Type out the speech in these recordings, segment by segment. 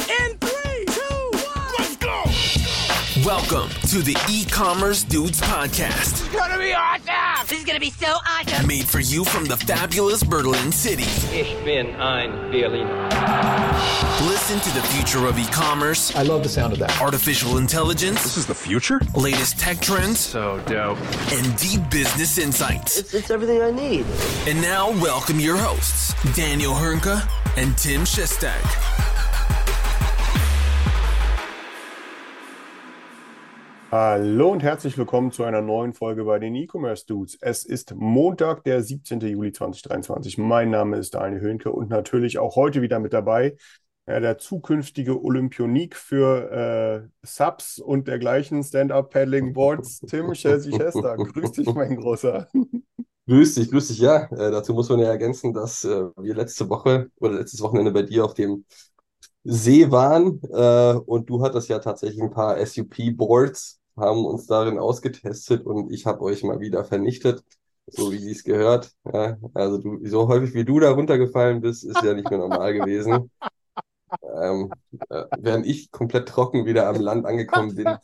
In 3, 2, 1, let's go! Welcome to the E-Commerce Dudes Podcast. It's gonna be awesome! This is gonna be so awesome! Made for you from the fabulous Berlin City. Ich bin ein Berliner. Listen to the future of e-commerce. I love the sound of that. Artificial intelligence. This is the future? Latest tech trends. So dope. And deep business insights. It's everything I need. And now, welcome your hosts, Daniel Hernke and Tim Shestag. Hallo und herzlich willkommen zu einer neuen Folge bei den E-Commerce Dudes. Es ist Montag, der 17. Juli 2023. Mein Name ist Daniel Hönke und natürlich auch heute wieder mit dabei der zukünftige Olympionik für Subs und dergleichen Stand-Up-Paddling-Boards, Tim Shestag. Grüß dich, mein Großer. Grüß dich, ja. Dazu muss man ja ergänzen, dass wir letztes Wochenende bei dir auf dem See waren und du hattest ja tatsächlich ein paar SUP-Boards, haben uns darin ausgetestet und ich habe euch mal wieder vernichtet, so wie es gehört. Ja, also so häufig wie du da runtergefallen bist, ist ja nicht mehr normal gewesen. Während ich komplett trocken wieder am Land angekommen bin,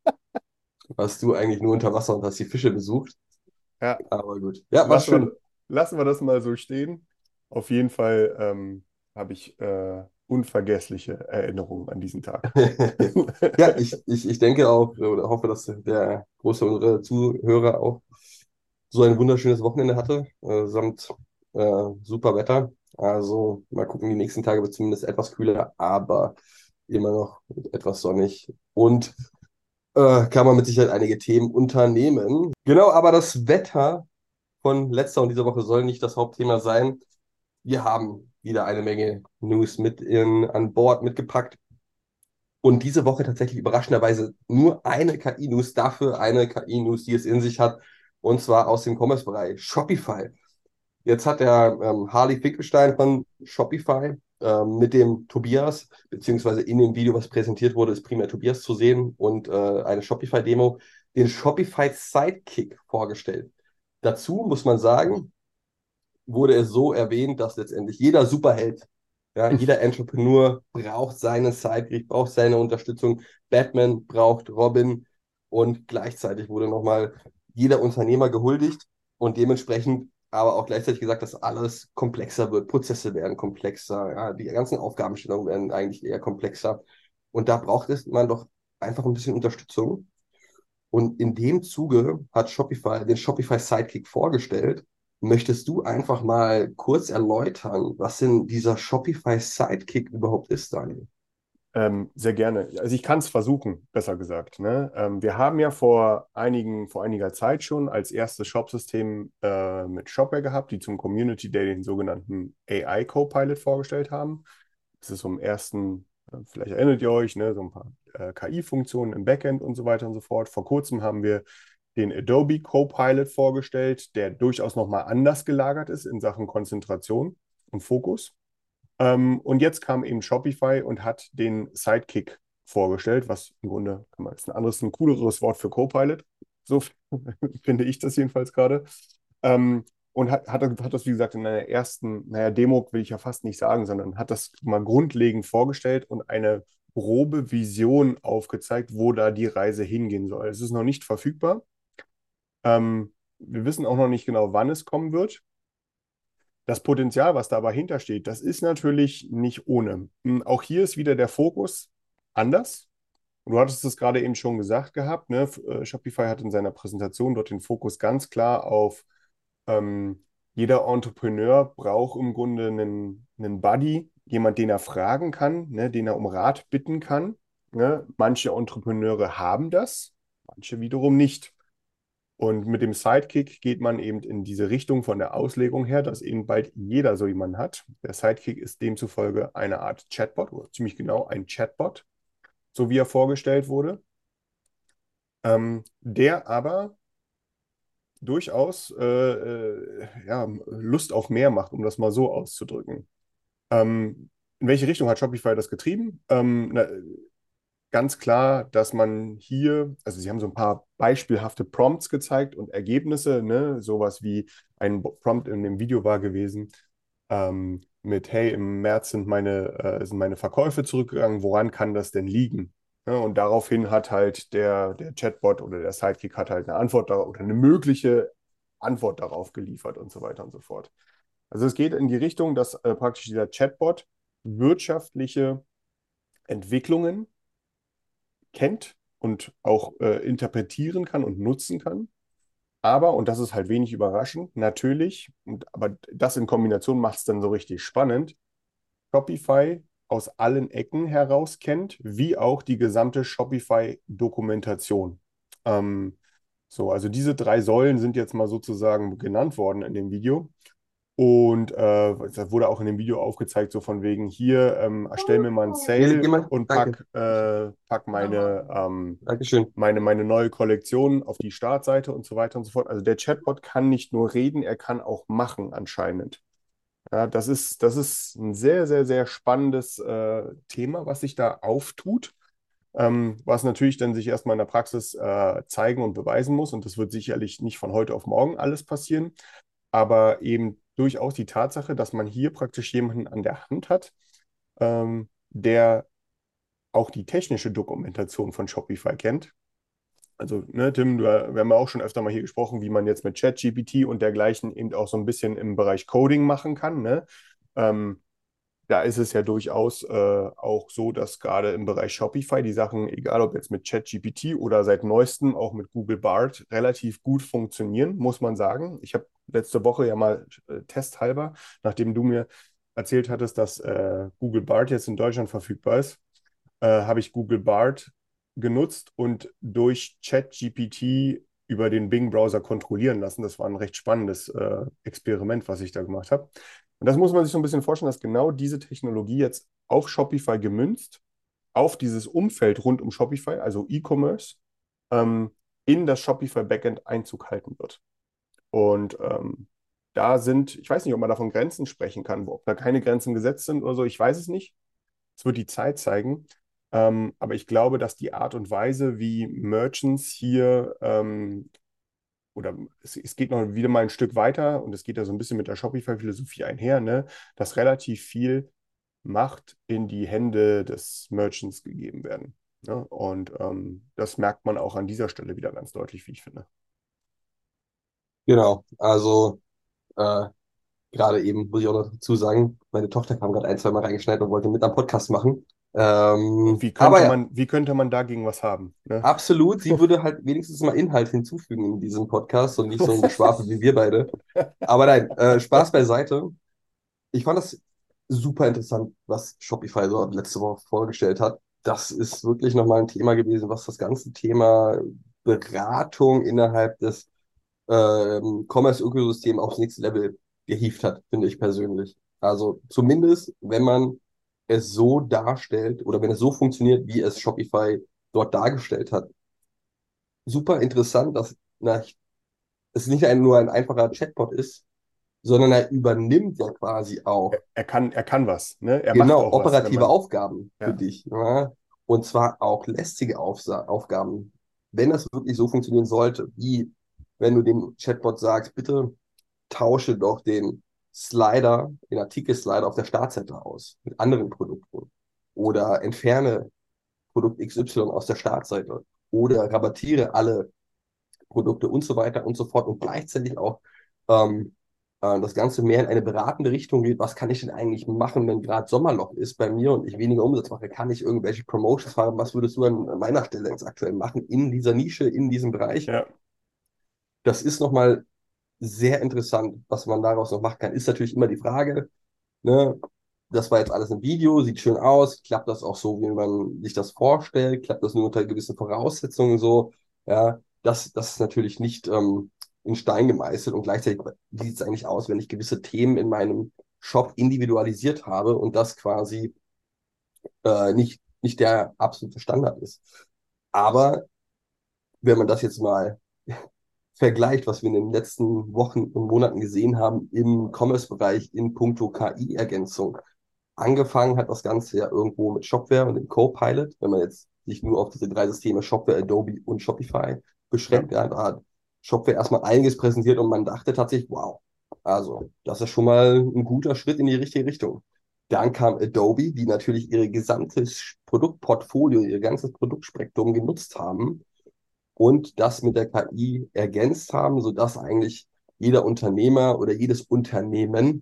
warst du eigentlich nur unter Wasser und hast die Fische besucht. Ja. Aber gut. Ja, war schön. Lassen wir das mal so stehen. Auf jeden Fall habe ich unvergessliche Erinnerungen an diesen Tag. Ja, ich denke auch oder hoffe, dass der große unserer Zuhörer auch so ein wunderschönes Wochenende hatte, samt super Wetter. Also mal gucken, die nächsten Tage wird zumindest etwas kühler, aber immer noch etwas sonnig. Und kann man mit Sicherheit einige Themen unternehmen. Genau, aber das Wetter von letzter und dieser Woche soll nicht das Hauptthema sein. Wir haben wieder eine Menge News an Bord mitgepackt. Und diese Woche tatsächlich überraschenderweise nur eine KI-News, dafür eine KI-News, die es in sich hat, und zwar aus dem Commerce-Bereich, Shopify. Jetzt hat der Harley Finkelstein von Shopify mit dem Tobias, beziehungsweise in dem Video, was präsentiert wurde, ist primär Tobias zu sehen und eine Shopify-Demo, den Shopify Sidekick vorgestellt. Dazu muss man sagen, wurde es so erwähnt, dass letztendlich jeder Superheld, ja, jeder Entrepreneur braucht seinen Sidekick, braucht seine Unterstützung. Batman braucht Robin und gleichzeitig wurde nochmal jeder Unternehmer gehuldigt und dementsprechend aber auch gleichzeitig gesagt, dass alles komplexer wird. Prozesse werden komplexer, ja, die ganzen Aufgabenstellungen werden eigentlich eher komplexer. Und da braucht es man doch einfach ein bisschen Unterstützung. Und in dem Zuge hat Shopify den Shopify Sidekick vorgestellt. Möchtest du einfach mal kurz erläutern, was denn dieser Shopify Sidekick überhaupt ist, Daniel? Sehr gerne. Also ich kann es versuchen, besser gesagt. Ne? Wir haben ja vor einiger Zeit schon als erstes Shop-System mit Shopware gehabt, die zum Community Day den sogenannten AI Copilot vorgestellt haben. Das ist so im ersten, vielleicht erinnert ihr euch, ne, so ein paar KI-Funktionen im Backend und so weiter und so fort. Vor kurzem haben wir den Adobe Copilot vorgestellt, der durchaus nochmal anders gelagert ist in Sachen Konzentration und Fokus. Und jetzt kam eben Shopify und hat den Sidekick vorgestellt, was im Grunde, ist ein cooleres Wort für Copilot. So finde ich das jedenfalls gerade. Und hat das, wie gesagt, in einer ersten, Demo will ich ja fast nicht sagen, sondern hat das mal grundlegend vorgestellt und eine grobe Vision aufgezeigt, wo da die Reise hingehen soll. Es ist noch nicht verfügbar. Wir wissen auch noch nicht genau, wann es kommen wird. Das Potenzial, was da aber hintersteht, das ist natürlich nicht ohne. Auch hier ist wieder der Fokus anders. Und du hattest es gerade eben schon gesagt gehabt, ne? Shopify hat in seiner Präsentation dort den Fokus ganz klar auf jeder Entrepreneur braucht im Grunde einen Buddy, jemand, den er fragen kann, ne? Den er um Rat bitten kann. Ne? Manche Entrepreneure haben das, manche wiederum nicht. Und mit dem Sidekick geht man eben in diese Richtung von der Auslegung her, dass eben bald jeder so jemanden hat. Der Sidekick ist demzufolge eine Art Chatbot, oder ziemlich genau ein Chatbot, so wie er vorgestellt wurde, der aber durchaus Lust auf mehr macht, um das mal so auszudrücken. In welche Richtung hat Shopify das getrieben? Ganz klar, dass man hier, also sie haben so ein paar beispielhafte Prompts gezeigt und Ergebnisse, ne? Sowas wie ein Prompt in dem Video war gewesen, hey, im März sind meine Verkäufe zurückgegangen, woran kann das denn liegen? Ja, und daraufhin hat halt der Chatbot oder der Sidekick hat halt eine Antwort oder eine mögliche Antwort darauf geliefert und so weiter und so fort. Also es geht in die Richtung, dass praktisch dieser Chatbot wirtschaftliche Entwicklungen kennt und auch interpretieren kann und nutzen kann. Aber, und das ist halt wenig überraschend, natürlich, aber das in Kombination macht es dann so richtig spannend, Shopify aus allen Ecken heraus kennt, wie auch die gesamte Shopify-Dokumentation. Ähm, so, also diese drei Säulen sind jetzt mal sozusagen genannt worden in dem Video. Und das wurde auch in dem Video aufgezeigt, so von wegen hier, erstell mir mal einen Nee, Sale geh mal. und Danke. pack Dankeschön. meine neue Kollektion auf die Startseite und so weiter und so fort. Also der Chatbot kann nicht nur reden, er kann auch machen anscheinend. Ja, das ist ein sehr, sehr, sehr spannendes Thema, was sich da auftut, was natürlich dann sich erstmal in der Praxis zeigen und beweisen muss. Und das wird sicherlich nicht von heute auf morgen alles passieren, aber eben durchaus die Tatsache, dass man hier praktisch jemanden an der Hand hat, der auch die technische Dokumentation von Shopify kennt. Also, ne, Tim, wir haben ja auch schon öfter mal hier gesprochen, wie man jetzt mit ChatGPT und dergleichen eben auch so ein bisschen im Bereich Coding machen kann. Ne? Ähm, Da ist es ja durchaus auch so, dass gerade im Bereich Shopify die Sachen, egal ob jetzt mit ChatGPT oder seit neuestem auch mit Google Bard, relativ gut funktionieren, muss man sagen. Ich habe letzte Woche ja mal testhalber, nachdem du mir erzählt hattest, dass Google Bard jetzt in Deutschland verfügbar ist, habe ich Google Bard genutzt und durch ChatGPT über den Bing-Browser kontrollieren lassen. Das war ein recht spannendes Experiment, was ich da gemacht habe. Und das muss man sich so ein bisschen vorstellen, dass genau diese Technologie jetzt auf Shopify gemünzt, auf dieses Umfeld rund um Shopify, also E-Commerce, in das Shopify Backend Einzug halten wird. Und ich weiß nicht, ob man davon Grenzen sprechen kann, ob da keine Grenzen gesetzt sind oder so, ich weiß es nicht. Es wird die Zeit zeigen. Aber ich glaube, dass die Art und Weise, wie Merchants hier, oder es geht noch wieder mal ein Stück weiter und es geht ja so ein bisschen mit der Shopify-Philosophie einher, ne, dass relativ viel Macht in die Hände des Merchants gegeben werden. Ne? Und das merkt man auch an dieser Stelle wieder ganz deutlich, wie ich finde. Genau. Also, äh, gerade eben muss ich auch noch dazu sagen, meine Tochter kam gerade ein, zwei Mal reingeschneit und wollte mit am Podcast machen. Und Aber ja, wie könnte man dagegen was haben? Ne? absolut. Sie würde halt wenigstens mal Inhalt hinzufügen in diesem Podcast und nicht so ein Geschwafel wie wir beide. Aber nein, Spaß beiseite. Ich fand das super interessant, was Shopify so letzte Woche vorgestellt hat. Das ist wirklich nochmal ein Thema gewesen, was das ganze Thema Beratung innerhalb des Commerce-Ökosystem aufs nächste Level gehievt hat, finde ich persönlich. Also zumindest, wenn man es so darstellt oder wenn es so funktioniert, wie es Shopify dort dargestellt hat. Super interessant, dass es nicht nur ein einfacher Chatbot ist, sondern er übernimmt ja quasi auch Er kann was, ne? Er macht genau auch was, wenn operative man, Aufgaben für ja, dich. Ja? Und zwar auch lästige Aufgaben. Wenn das wirklich so funktionieren sollte, wie wenn du dem Chatbot sagst, bitte tausche doch den Artikelslider auf der Startseite aus mit anderen Produkten oder entferne Produkt XY aus der Startseite oder rabattiere alle Produkte und so weiter und so fort und gleichzeitig auch ähm, das Ganze mehr in eine beratende Richtung geht. Was kann ich denn eigentlich machen, wenn gerade Sommerloch ist bei mir und ich weniger Umsatz mache? Kann ich irgendwelche Promotions fahren? Was würdest du an meiner Stelle jetzt aktuell machen in dieser Nische, in diesem Bereich? ja, Das ist nochmal sehr interessant, was man daraus noch machen kann. Ist natürlich immer die Frage, ne? Das war jetzt alles ein Video, sieht schön aus, klappt das auch so, wie man sich das vorstellt, klappt das nur unter gewissen Voraussetzungen so, ja, das ist natürlich nicht in Stein gemeißelt und gleichzeitig sieht es eigentlich aus, wenn ich gewisse Themen in meinem Shop individualisiert habe und das quasi nicht der absolute Standard ist. Aber wenn man das jetzt mal vergleicht, was wir in den letzten Wochen und Monaten gesehen haben im Commerce-Bereich in puncto KI-Ergänzung, angefangen hat das Ganze ja irgendwo mit Shopware und dem Copilot, wenn man jetzt sich nur auf diese drei Systeme Shopware, Adobe und Shopify ja, beschränkt. Ja, da hat Shopware erstmal einiges präsentiert und man dachte tatsächlich, wow, Also, das ist schon mal ein guter Schritt in die richtige Richtung. Dann kam Adobe, die natürlich ihr gesamtes Produktportfolio, ihr ganzes Produktspektrum genutzt haben und das mit der KI ergänzt haben, sodass eigentlich jeder Unternehmer oder jedes Unternehmen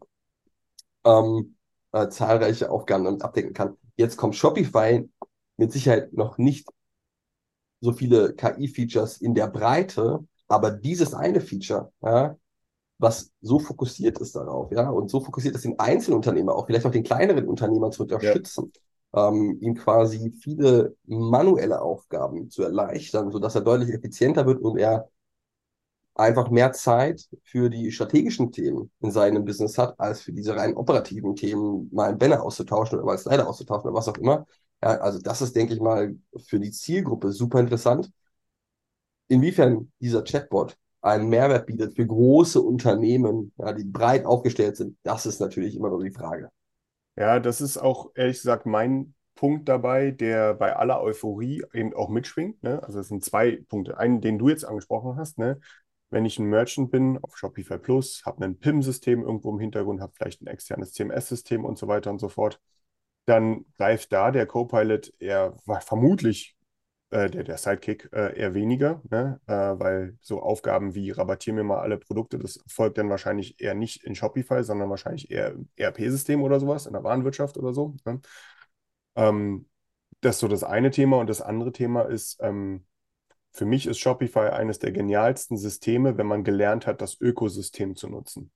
zahlreiche Aufgaben damit abdecken kann. Jetzt kommt Shopify mit Sicherheit noch nicht so viele KI-Features in der Breite, aber dieses eine Feature, ja, was so fokussiert ist darauf, ja, und so fokussiert ist, den Einzelunternehmer, auch vielleicht auch den kleineren Unternehmer zu Ja. unterstützen, ihm quasi viele manuelle Aufgaben zu erleichtern, sodass er deutlich effizienter wird und er einfach mehr Zeit für die strategischen Themen in seinem Business hat, als für diese rein operativen Themen, mal einen Banner auszutauschen oder mal einen Slider auszutauschen oder was auch immer. Ja, also das ist, denke ich mal, für die Zielgruppe super interessant. Inwiefern dieser Chatbot einen Mehrwert bietet für große Unternehmen, ja, die breit aufgestellt sind, das ist natürlich immer nur die Frage. Ja, das ist auch ehrlich gesagt mein Punkt dabei, der bei aller Euphorie eben auch mitschwingt. Ne? Also es sind zwei Punkte. Einen, den du jetzt angesprochen hast, ne? Wenn ich ein Merchant bin auf Shopify Plus, habe ein PIM-System irgendwo im Hintergrund, habe vielleicht ein externes CMS-System und so weiter und so fort, dann greift da der Copilot eher vermutlich der Sidekick eher weniger, ne? Weil so Aufgaben wie rabattier mir mal alle Produkte, das folgt dann wahrscheinlich eher nicht in Shopify, sondern wahrscheinlich eher im ERP-System oder sowas, in der Warenwirtschaft oder so. Ne? Ähm, Das ist so das eine Thema. Und das andere Thema ist, für mich ist Shopify eines der genialsten Systeme, wenn man gelernt hat, das Ökosystem zu nutzen.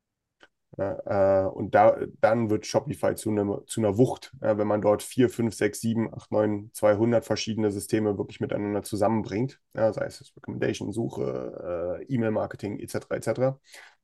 Und dann wird Shopify zu einer Wucht, wenn man dort 4, 5, 6, 7, 8, 9, 200 verschiedene Systeme wirklich miteinander zusammenbringt, sei es Recommendation, Suche, E-Mail-Marketing etc. etc.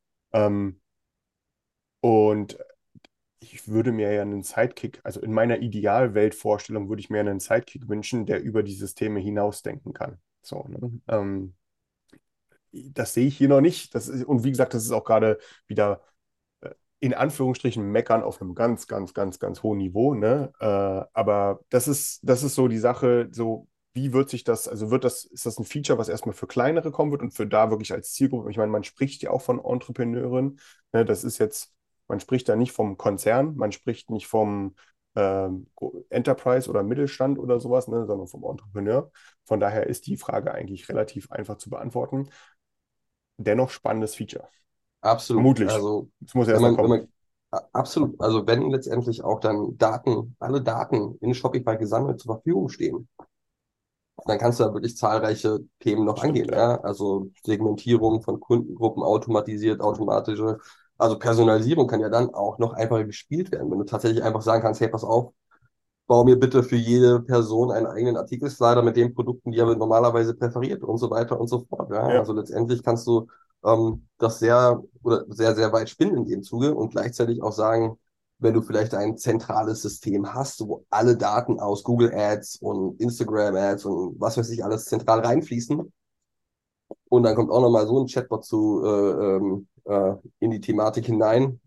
Und ich würde mir ja einen Sidekick, also in meiner Idealweltvorstellung würde ich mir einen Sidekick wünschen, der über die Systeme hinausdenken kann. So, ne? Das sehe ich hier noch nicht. Und wie gesagt, das ist auch gerade wieder in Anführungsstrichen meckern auf einem ganz, ganz, ganz, ganz hohen Niveau, ne? Aber das ist so die Sache, so wie wird sich das, also ist das ein Feature, was erstmal für kleinere kommen wird und für da wirklich als Zielgruppe, ich meine, man spricht ja auch von Entrepreneuren, ne? Das ist jetzt, man spricht da nicht vom Konzern, man spricht nicht vom Enterprise oder Mittelstand oder sowas, ne? Sondern vom Entrepreneur. Von daher ist die Frage eigentlich relativ einfach zu beantworten. Dennoch spannendes Feature. Absolut. Vermutlich. Also, Es muss erst noch kommen. absolut, also wenn letztendlich auch dann alle Daten in Shopify gesammelt zur Verfügung stehen, dann kannst du da wirklich zahlreiche Themen noch Stimmt, angehen, ja. ja. Also Segmentierung von Kundengruppen, automatische, also Personalisierung kann ja dann auch noch einfacher gespielt werden, wenn du tatsächlich einfach sagen kannst, hey, pass auf, bau mir bitte für jede Person einen eigenen Artikelslider mit den Produkten, die er normalerweise präferiert und so weiter und so fort. Ja? Ja. Also letztendlich kannst du das sehr, sehr weit spinnen in dem Zuge und gleichzeitig auch sagen, wenn du vielleicht ein zentrales System hast, wo alle Daten aus Google Ads und Instagram Ads und was weiß ich alles zentral reinfließen und dann kommt auch nochmal so ein Chatbot in die Thematik hinein.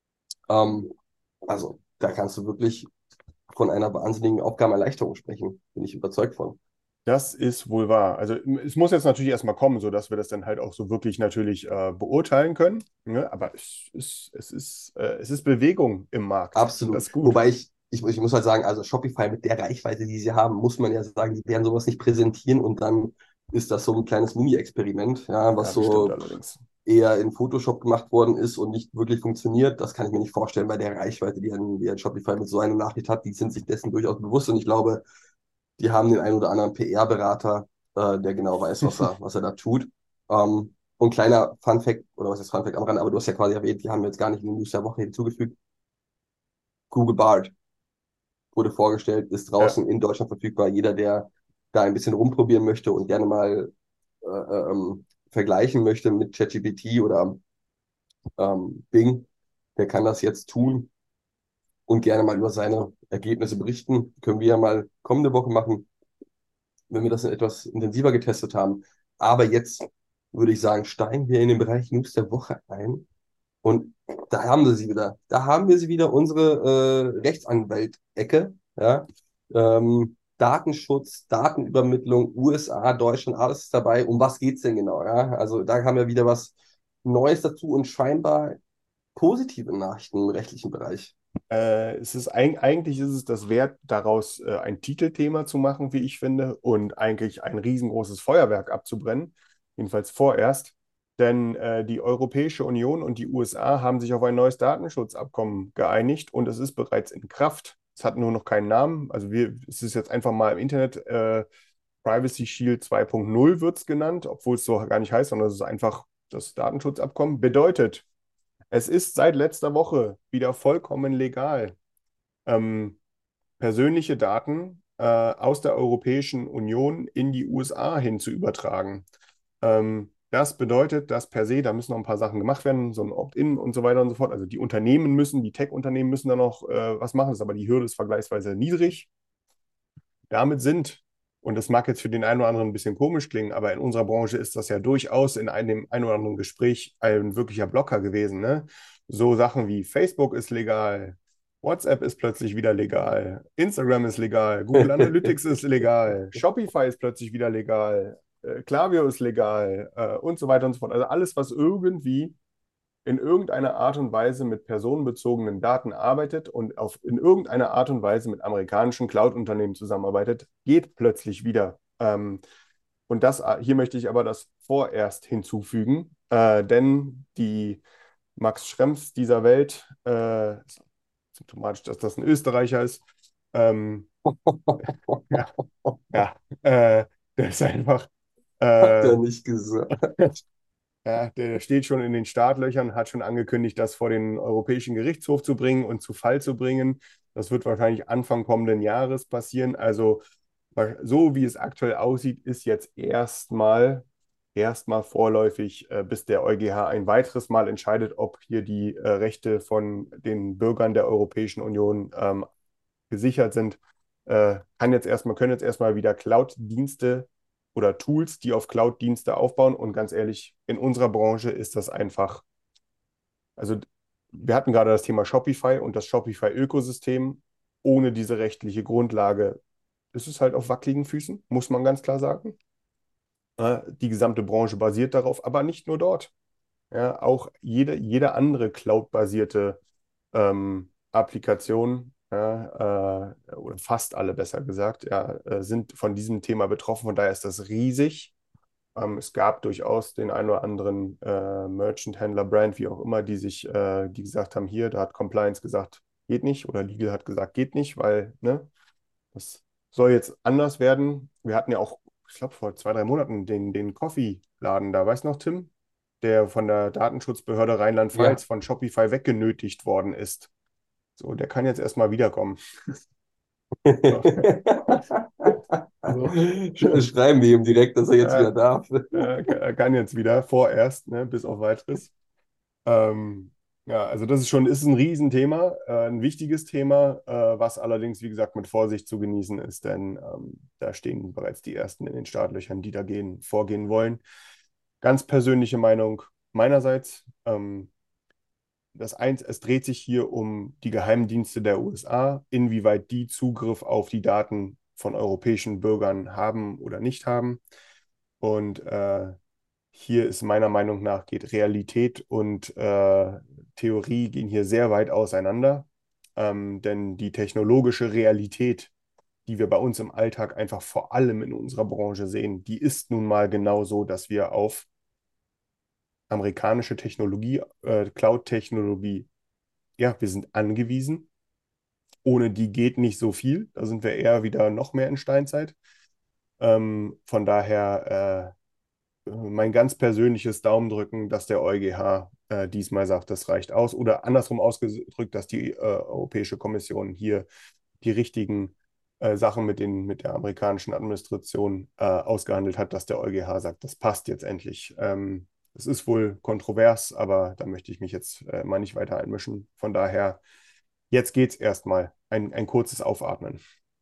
Also da kannst du wirklich von einer wahnsinnigen Aufgabenerleichterung sprechen. Bin ich überzeugt von. Das ist wohl wahr. Also es muss jetzt natürlich erstmal kommen, sodass wir das dann halt auch so wirklich natürlich beurteilen können. Ne? Aber es ist Bewegung im Markt. Und das Absolut. ist gut. Wobei ich muss halt sagen, also Shopify mit der Reichweite, die sie haben, muss man ja sagen, die werden sowas nicht präsentieren und dann ist das so ein kleines Mini-Experiment, ja, Ja, was das stimmt so allerdings. eher in Photoshop gemacht worden ist und nicht wirklich funktioniert. Das kann ich mir nicht vorstellen bei der Reichweite, die ein Shopify mit so einer Nachricht hat. Die sind sich dessen durchaus bewusst und ich glaube, die haben den einen oder anderen PR-Berater, der genau weiß, was er da tut. Und kleiner Fun-Fact, oder was ist Fun-Fact am Rande, aber du hast ja quasi erwähnt, die haben jetzt gar nicht in den News der Woche hinzugefügt. Google Bard wurde vorgestellt, ist Ja, draußen in Deutschland verfügbar. Jeder, der da ein bisschen rumprobieren möchte und gerne mal vergleichen möchte mit ChatGPT oder Bing, der kann das jetzt tun und gerne mal über seine Ergebnisse berichten. Können wir ja mal kommende Woche machen, wenn wir das etwas intensiver getestet haben. Aber jetzt würde ich sagen, steigen wir in den Bereich News der Woche ein. Und da haben wir sie wieder. Da haben wir sie wieder, unsere Rechtsanwalt-Ecke. Ja? Datenschutz, Datenübermittlung, USA, Deutschland, alles ist dabei. Um was geht's denn genau? Ja? Also da haben wir wieder was Neues dazu und scheinbar positive Nachrichten im rechtlichen Bereich. Eigentlich ist es das wert, daraus ein Titelthema zu machen, wie ich finde, und eigentlich ein riesengroßes Feuerwerk abzubrennen, jedenfalls vorerst. Denn die Europäische Union und die USA haben sich auf ein neues Datenschutzabkommen geeinigt und es ist bereits in Kraft. Es hat nur noch keinen Namen. Also es ist jetzt einfach mal im Internet Privacy Shield 2.0 wird es genannt, obwohl es so gar nicht heißt, sondern es ist einfach das Datenschutzabkommen. Bedeutet, es ist seit letzter Woche wieder vollkommen legal, ähm, persönliche Daten aus der Europäischen Union in die USA hin zu übertragen. Das bedeutet, dass per se, da müssen noch ein paar Sachen gemacht werden, so ein Opt-in und so weiter und so fort. Also die Tech-Unternehmen müssen da noch was machen, das ist aber die Hürde ist vergleichsweise niedrig. Damit sind, und das mag jetzt für den einen oder anderen ein bisschen komisch klingen, aber in unserer Branche ist das ja durchaus in einem ein oder anderen Gespräch ein wirklicher Blocker gewesen. Ne? So Sachen wie Facebook ist legal, WhatsApp ist plötzlich wieder legal, Instagram ist legal, Google Analytics ist legal, Shopify ist plötzlich wieder legal, Klaviyo ist legal und so weiter und so fort. Also alles, was irgendwie in irgendeiner Art und Weise mit personenbezogenen Daten arbeitet und in irgendeiner Art und Weise mit amerikanischen Cloud-Unternehmen zusammenarbeitet, geht plötzlich wieder. Und hier möchte ich aber das vorerst hinzufügen, denn die Max Schrempfs dieser Welt, ist symptomatisch, dass das ein Österreicher ist, ja, ja, der ist einfach, Hat äh, er nicht gesagt. ja, der steht schon in den Startlöchern, hat schon angekündigt, das vor den Europäischen Gerichtshof zu bringen und zu Fall zu bringen. Das wird wahrscheinlich Anfang kommenden Jahres passieren. Also so wie es aktuell aussieht, ist jetzt erstmal vorläufig, bis der EuGH ein weiteres Mal entscheidet, ob hier die Rechte von den Bürgern der Europäischen Union gesichert sind, können jetzt erstmal wieder Cloud-Dienste oder Tools, die auf Cloud-Dienste aufbauen. Und ganz ehrlich, in unserer Branche ist das einfach, also wir hatten gerade das Thema Shopify und das Shopify-Ökosystem. Ohne diese rechtliche Grundlage ist es halt auf wackeligen Füßen, muss man ganz klar sagen. Die gesamte Branche basiert darauf, aber nicht nur dort. Ja, auch jede andere Cloud-basierte Applikation, ja, oder fast alle besser gesagt, ja, sind von diesem Thema betroffen. Von daher ist das riesig. Es gab durchaus den einen oder anderen Merchant-Händler, Brand, wie auch immer, die gesagt haben, hier, da hat Compliance gesagt, geht nicht, oder Legal hat gesagt, geht nicht, weil, ne, das soll jetzt anders werden. Wir hatten ja auch, ich glaube, vor 2, 3 Monaten den Coffee-Laden da, weißt du noch, Tim? Der von der Datenschutzbehörde Rheinland-Pfalz Ja. von Shopify weggenötigt worden ist. So, der kann jetzt erstmal wiederkommen. So. So. Schreiben wir ihm direkt, dass er jetzt Äh, wieder darf. er kann jetzt wieder, vorerst, ne, bis auf weiteres. Ähm, ja, also das ist ein Riesenthema, ein wichtiges Thema, was allerdings, wie gesagt, mit Vorsicht zu genießen ist, denn da stehen bereits die Ersten in den Startlöchern, die vorgehen wollen. Ganz persönliche Meinung meinerseits, es dreht sich hier um die Geheimdienste der USA, inwieweit die Zugriff auf die Daten von europäischen Bürgern haben oder nicht haben. Und hier ist meiner Meinung nach, geht Realität und Theorie gehen hier sehr weit auseinander. Denn die technologische Realität, die wir bei uns im Alltag einfach vor allem in unserer Branche sehen, die ist nun mal genau so, dass wir auf amerikanische Technologie, Cloud-Technologie, ja, wir sind angewiesen. Ohne die geht nicht so viel. Da sind wir eher wieder noch mehr in Steinzeit. Von daher mein ganz persönliches Daumendrücken, dass der EuGH diesmal sagt, das reicht aus. Oder andersrum ausgedrückt, dass die Europäische Kommission hier die richtigen Sachen mit der amerikanischen Administration ausgehandelt hat, dass der EuGH sagt, das passt jetzt endlich. Es ist wohl kontrovers, aber da möchte ich mich jetzt mal nicht weiter einmischen. Von daher, jetzt geht es erstmal. Ein kurzes Aufatmen.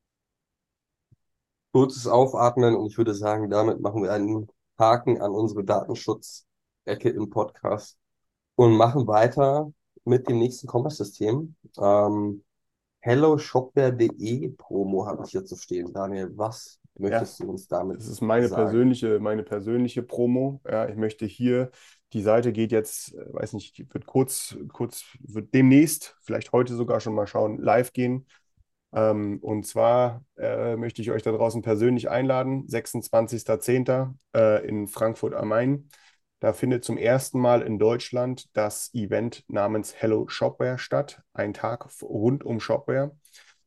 Kurzes Aufatmen und ich würde sagen, damit machen wir einen Haken an unsere Datenschutz-Ecke im Podcast und machen weiter mit dem nächsten Kompass-System. HelloShopware.de Promo habe ich hier zu stehen. Daniel, was Ja, möchtest du uns damit das ist sagen? meine persönliche Promo. Ja, ich möchte hier, die Seite geht jetzt, weiß nicht, die wird wird demnächst, vielleicht heute sogar schon mal schauen, live gehen. Und zwar möchte ich euch da draußen persönlich einladen, 26.10. In Frankfurt am Main. Da findet zum ersten Mal in Deutschland das Event namens Hello Shopware statt. Ein Tag rund um Shopware.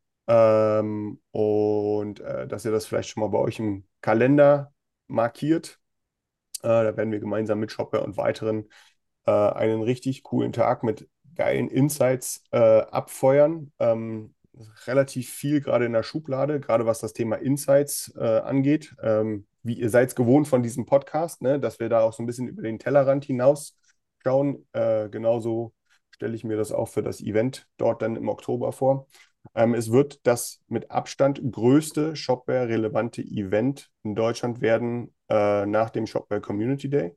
Dass ihr das vielleicht schon mal bei euch im Kalender markiert. Da werden wir gemeinsam mit Shopware und weiteren einen richtig coolen Tag mit geilen Insights abfeuern. Relativ viel gerade in der Schublade, gerade was das Thema Insights angeht. Wie ihr seid es gewohnt von diesem Podcast, ne, dass wir da auch so ein bisschen über den Tellerrand hinaus schauen. Genauso stelle ich mir das auch für das Event dort dann im Oktober vor. Es wird das mit Abstand größte Shopware-relevante Event in Deutschland werden nach dem Shopware Community Day.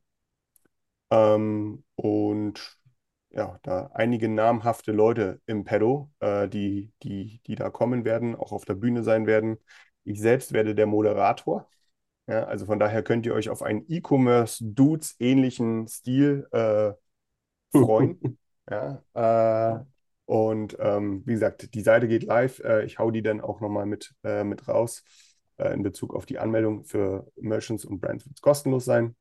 Und ja, da einige namhafte Leute im Pedo, die da kommen werden, auch auf der Bühne sein werden. Ich selbst werde der Moderator. Ja, also von daher könnt ihr euch auf einen E-Commerce-Dudes ähnlichen Stil freuen. Ja, wie gesagt, die Seite geht live. Ich hau die dann auch nochmal mit raus. In Bezug auf die Anmeldung für Merchants und Brands wird es kostenlos sein.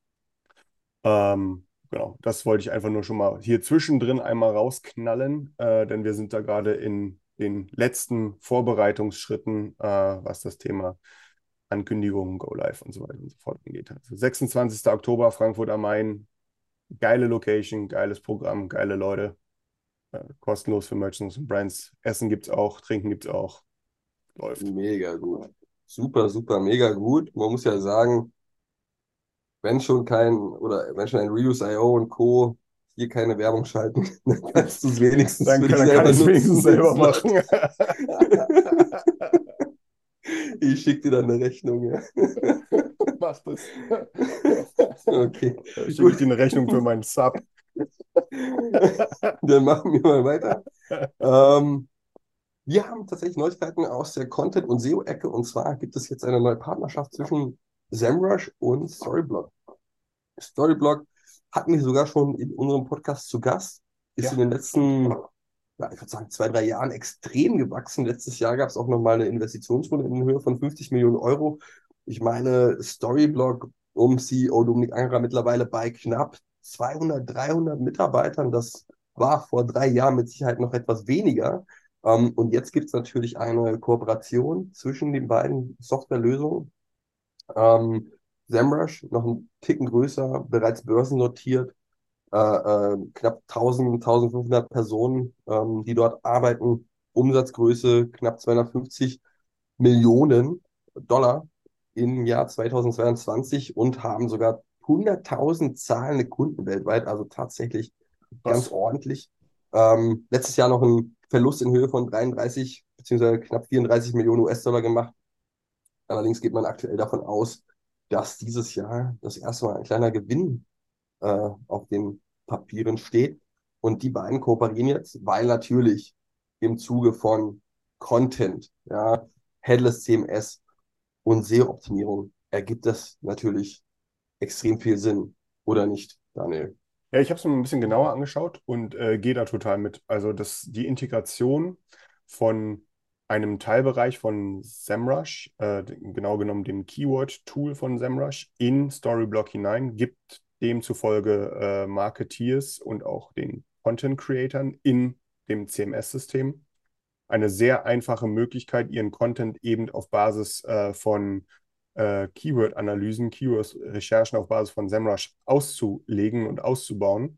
Genau, das wollte ich einfach nur schon mal hier zwischendrin einmal rausknallen, denn wir sind da gerade in den letzten Vorbereitungsschritten, was das Thema Ankündigungen, Go Live und so weiter und so fort angeht. Also 26. Oktober, Frankfurt am Main, geile Location, geiles Programm, geile Leute, kostenlos für Merchants und Brands. Essen gibt es auch, Trinken gibt es auch, läuft. Mega gut. Super, super, mega gut. Man muss ja sagen, wenn schon ein Reuse.io und Co. hier keine Werbung schalten, dann kannst du es wenigstens für dich Dann kann selber ich es wenigstens nutzen, wenn selber es läuft. machen. Ich schicke dir dann eine Rechnung, ja. Mach das. Okay, Schicke ich gut. dir eine Rechnung für meinen Sub. Dann machen wir mal weiter. Ähm, Wir haben tatsächlich Neuigkeiten aus der Content- und SEO-Ecke. Und zwar gibt es jetzt eine neue Partnerschaft zwischen SEMrush und Storyblock. Storyblock hatten wir sogar schon in unserem Podcast zu Gast. Ist in Ja, den letzten, ja, ich würde sagen, 2, 3 Jahren extrem gewachsen. Letztes Jahr gab es auch nochmal eine Investitionsrunde in Höhe von 50 Millionen Euro. Ich meine, Storyblock um CEO Dominik Angerer mittlerweile bei knapp 200, 300 Mitarbeitern. Das war vor 3 Jahren mit Sicherheit noch etwas weniger. Und jetzt gibt es natürlich eine Kooperation zwischen den beiden Softwarelösungen. SEMrush, noch ein Ticken größer, bereits börsennotiert, knapp 1000, 1500 Personen, die dort arbeiten, Umsatzgröße knapp 250 Millionen Dollar im Jahr 2022 und haben sogar 100.000 zahlende Kunden weltweit, also tatsächlich ganz krass. ordentlich. Letztes Jahr noch einen Verlust in Höhe von 33 beziehungsweise knapp 34 Millionen US-Dollar gemacht. Allerdings geht man aktuell davon aus, dass dieses Jahr das erste Mal ein kleiner Gewinn auf den Papieren steht. Und die beiden kooperieren jetzt, weil natürlich im Zuge von Content, ja, Headless CMS und SEO-Optimierung ergibt das natürlich extrem viel Sinn, oder nicht, Daniel? Ja, ich habe es mir ein bisschen genauer angeschaut und gehe da total mit. Also die Integration von einem Teilbereich von SEMrush, genau genommen dem Keyword-Tool von SEMrush, in Storyblock hinein, gibt demzufolge Marketeers und auch den Content-Creatern in dem CMS-System eine sehr einfache Möglichkeit, ihren Content eben auf Basis von Keyword-Analysen, Keyword-Recherchen auf Basis von SEMrush auszulegen und auszubauen.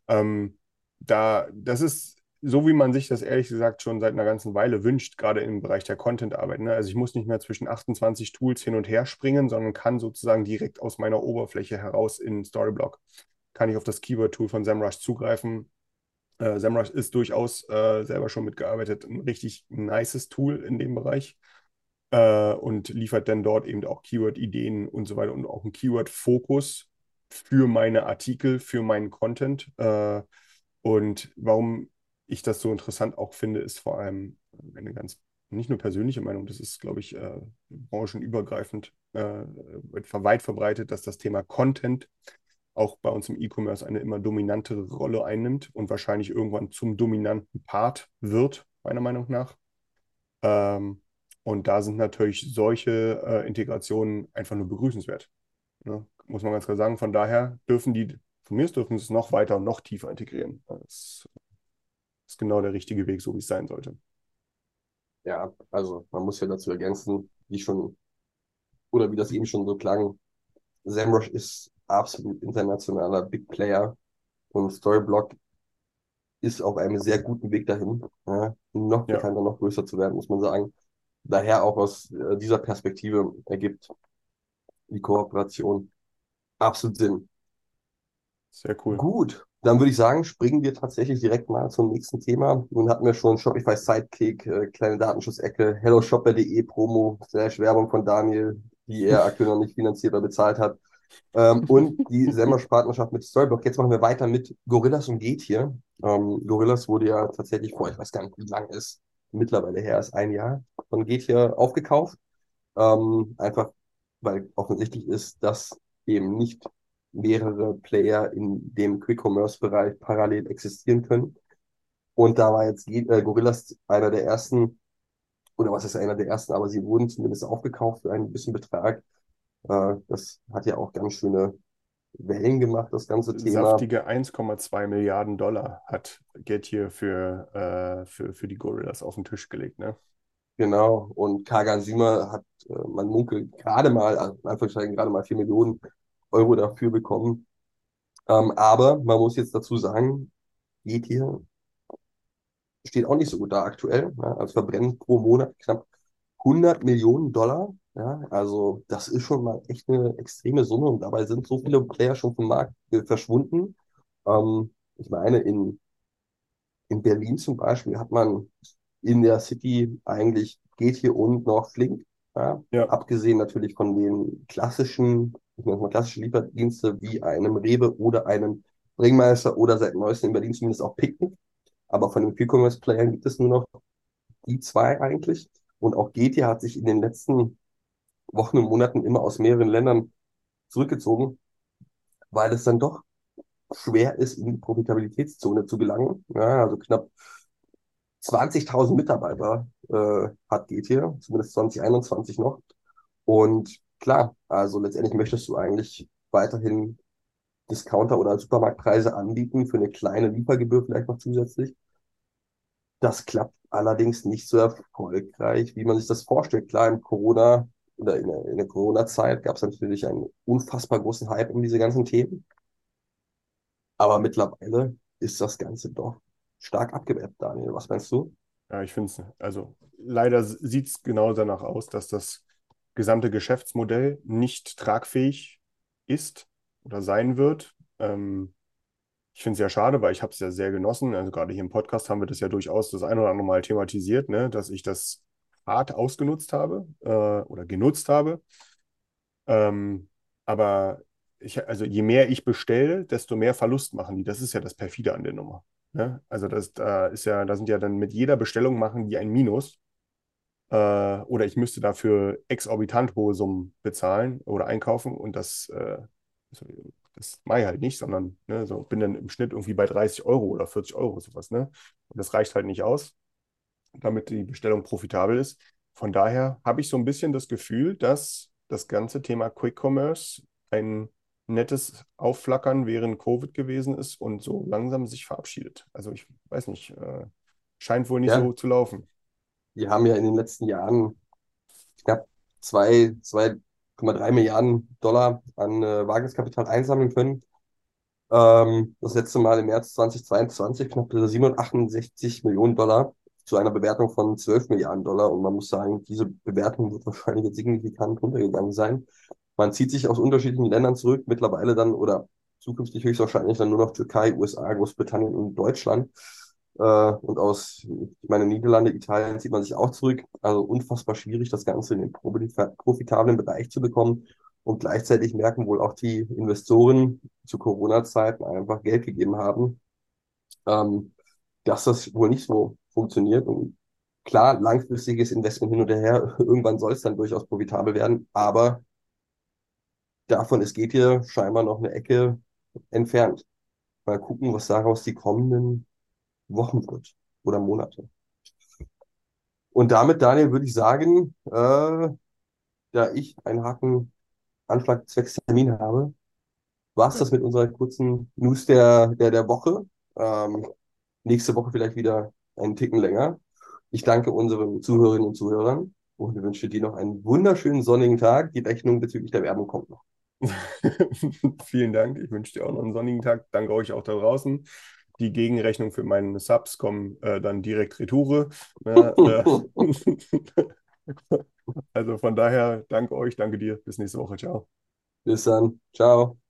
Das ist so, wie man sich das ehrlich gesagt schon seit einer ganzen Weile wünscht, gerade im Bereich der Content-Arbeit. Ne? Also ich muss nicht mehr zwischen 28 Tools hin und her springen, sondern kann sozusagen direkt aus meiner Oberfläche heraus in Storyblock, kann ich auf das Keyword-Tool von SEMrush zugreifen. SEMrush ist durchaus selber schon mitgearbeitet, ein richtig nices Tool in dem Bereich und liefert dann dort eben auch Keyword-Ideen und so weiter und auch einen Keyword-Fokus für meine Artikel, für meinen Content. Und warum ich das so interessant auch finde, ist vor allem eine ganz nicht nur persönliche Meinung, das ist, glaube ich, branchenübergreifend weit verbreitet, dass das Thema Content auch bei uns im E-Commerce eine immer dominantere Rolle einnimmt und wahrscheinlich irgendwann zum dominanten Part wird, meiner Meinung nach. Ähm, und da sind natürlich solche Integrationen einfach nur begrüßenswert. Ne? Muss man ganz klar sagen. Von daher von mir aus dürfen sie es noch weiter und noch tiefer integrieren. Das ist genau der richtige Weg, so wie es sein sollte. Ja, also man muss ja dazu ergänzen, oder wie das eben schon so klang, SEMrush ist absolut internationaler Big Player und Storyblock ist auf einem sehr guten Weg dahin, ja, noch Ja, bekannter, noch größer zu werden, muss man sagen. Daher auch aus dieser Perspektive ergibt die Kooperation absolut Sinn. sehr cool. Gut, dann würde ich sagen, springen wir tatsächlich direkt mal zum nächsten Thema. Nun hatten wir schon Shopify Sidekick, kleine Datenschutzecke, helloshopper.de Promo, / Werbung von Daniel, die er aktuell noch nicht finanziert oder bezahlt hat. Und die SEMrush-Partnerschaft mit Storyblock. Jetzt machen wir weiter mit Gorillas und Getir. Gorillas wurde ja tatsächlich vor, ich weiß gar nicht, wie lange es mittlerweile her ist, ein Jahr von Getir aufgekauft. Einfach, weil offensichtlich ist, dass eben nicht mehrere Player in dem Quick-Commerce-Bereich parallel existieren können. Und da war jetzt Gorillas einer der ersten, oder was ist einer der ersten, aber sie wurden zumindest aufgekauft für einen gewissen Betrag. Das hat ja auch ganz schöne Wellen gemacht, das ganze Thema. Saftige 1,2 Milliarden Dollar hat Getir für die Gorillas auf den Tisch gelegt, ne? Genau. Und Kagan Sümer hat, man munkelt, also in Anführungszeichen gerade mal 4 Millionen Euro dafür bekommen. Aber man muss jetzt dazu sagen, Getir steht auch nicht so gut da aktuell. Ja, also verbrennen pro Monat knapp 100 Millionen Dollar. Ja, also das ist schon mal echt eine extreme Summe und dabei sind so viele Player schon vom Markt verschwunden. Ich meine, in Berlin zum Beispiel hat man in der City eigentlich geht hier und noch Flink. Ja, Ja, abgesehen natürlich von den klassischen, ich nenne mal klassische Lieferdienste wie einem Rewe oder einem Bringmeister oder seit neuestem in Berlin zumindest auch Picknick. Aber von den Quick-Commerce-Playern gibt es nur noch die zwei eigentlich. Und auch Getir hat sich in den letzten Wochen und Monaten immer aus mehreren Ländern zurückgezogen, weil es dann doch schwer ist, in die Profitabilitätszone zu gelangen. Ja, also knapp 20.000 Mitarbeiter hat Getir, zumindest 2021 noch. Und klar, also letztendlich möchtest du eigentlich weiterhin Discounter- oder Supermarktpreise anbieten für eine kleine Liefergebühr vielleicht noch zusätzlich. Das klappt allerdings nicht so erfolgreich, wie man sich das vorstellt. Klar, im Corona oder in der Corona-Zeit gab es natürlich einen unfassbar großen Hype um diese ganzen Themen. Aber mittlerweile ist das Ganze doch stark abgeebbt, Daniel. Was meinst du? ja, ich finde es, also leider sieht es genau danach aus, dass das gesamte Geschäftsmodell nicht tragfähig ist oder sein wird. Ich finde es ja schade, weil ich habe es ja sehr genossen. Also gerade hier im Podcast haben wir das ja durchaus das ein oder andere Mal thematisiert, ne, dass ich das hart ausgenutzt habe oder genutzt habe. Aber also je mehr ich bestelle, desto mehr Verlust machen die. Das ist ja das perfide an der Nummer. Ne? Also da sind ja dann mit jeder Bestellung machen die ein Minus. Oder ich müsste dafür exorbitant hohe Summen bezahlen oder einkaufen und das mache ich halt nicht, sondern ne, so bin dann im Schnitt irgendwie bei 30 Euro oder 40 Euro sowas. Ne? Und das reicht halt nicht aus, damit die Bestellung profitabel ist. Von daher habe ich so ein bisschen das Gefühl, dass das ganze Thema Quick Commerce ein nettes Aufflackern während Covid gewesen ist und so langsam sich verabschiedet. Also ich weiß nicht, scheint wohl nicht Ja, so zu laufen. wir haben ja in den letzten Jahren knapp 2,3 Milliarden Dollar an Wagniskapital einsammeln können. Das letzte Mal im März 2022 knapp 768 Millionen Dollar zu einer Bewertung von 12 Milliarden Dollar. Und man muss sagen, diese Bewertung wird wahrscheinlich jetzt signifikant runtergegangen sein. Man zieht sich aus unterschiedlichen Ländern zurück, mittlerweile dann oder zukünftig höchstwahrscheinlich dann nur noch Türkei, USA, Großbritannien und Deutschland. Und aus, ich meine, Niederlande, Italien zieht man sich auch zurück. Also unfassbar schwierig, das Ganze in den profitablen Bereich zu bekommen. Und gleichzeitig merken wohl auch die Investoren zu Corona-Zeiten einfach Geld gegeben haben, dass das wohl nicht so funktioniert. Und klar, langfristiges Investment hin und her, irgendwann soll es dann durchaus profitabel werden, aber davon ist GTIA scheinbar noch eine Ecke entfernt. Mal gucken, was daraus die kommenden Wochen wird oder Monate. Und damit, Daniel, würde ich sagen, da ich einen harten Anschlag zwecks Termin habe, war es das mit unserer kurzen News der Woche. Nächste Woche vielleicht wieder einen Ticken länger. Ich danke unseren Zuhörerinnen und Zuhörern und wünsche dir noch einen wunderschönen sonnigen Tag. Die Rechnung bezüglich der Werbung kommt noch. Vielen Dank. Ich wünsche dir auch noch einen sonnigen Tag. Danke euch auch da draußen. Die Gegenrechnung für meine Subs kommen dann direkt retour. Also von daher, danke euch, danke dir. Bis nächste Woche. Ciao. Bis dann. Ciao.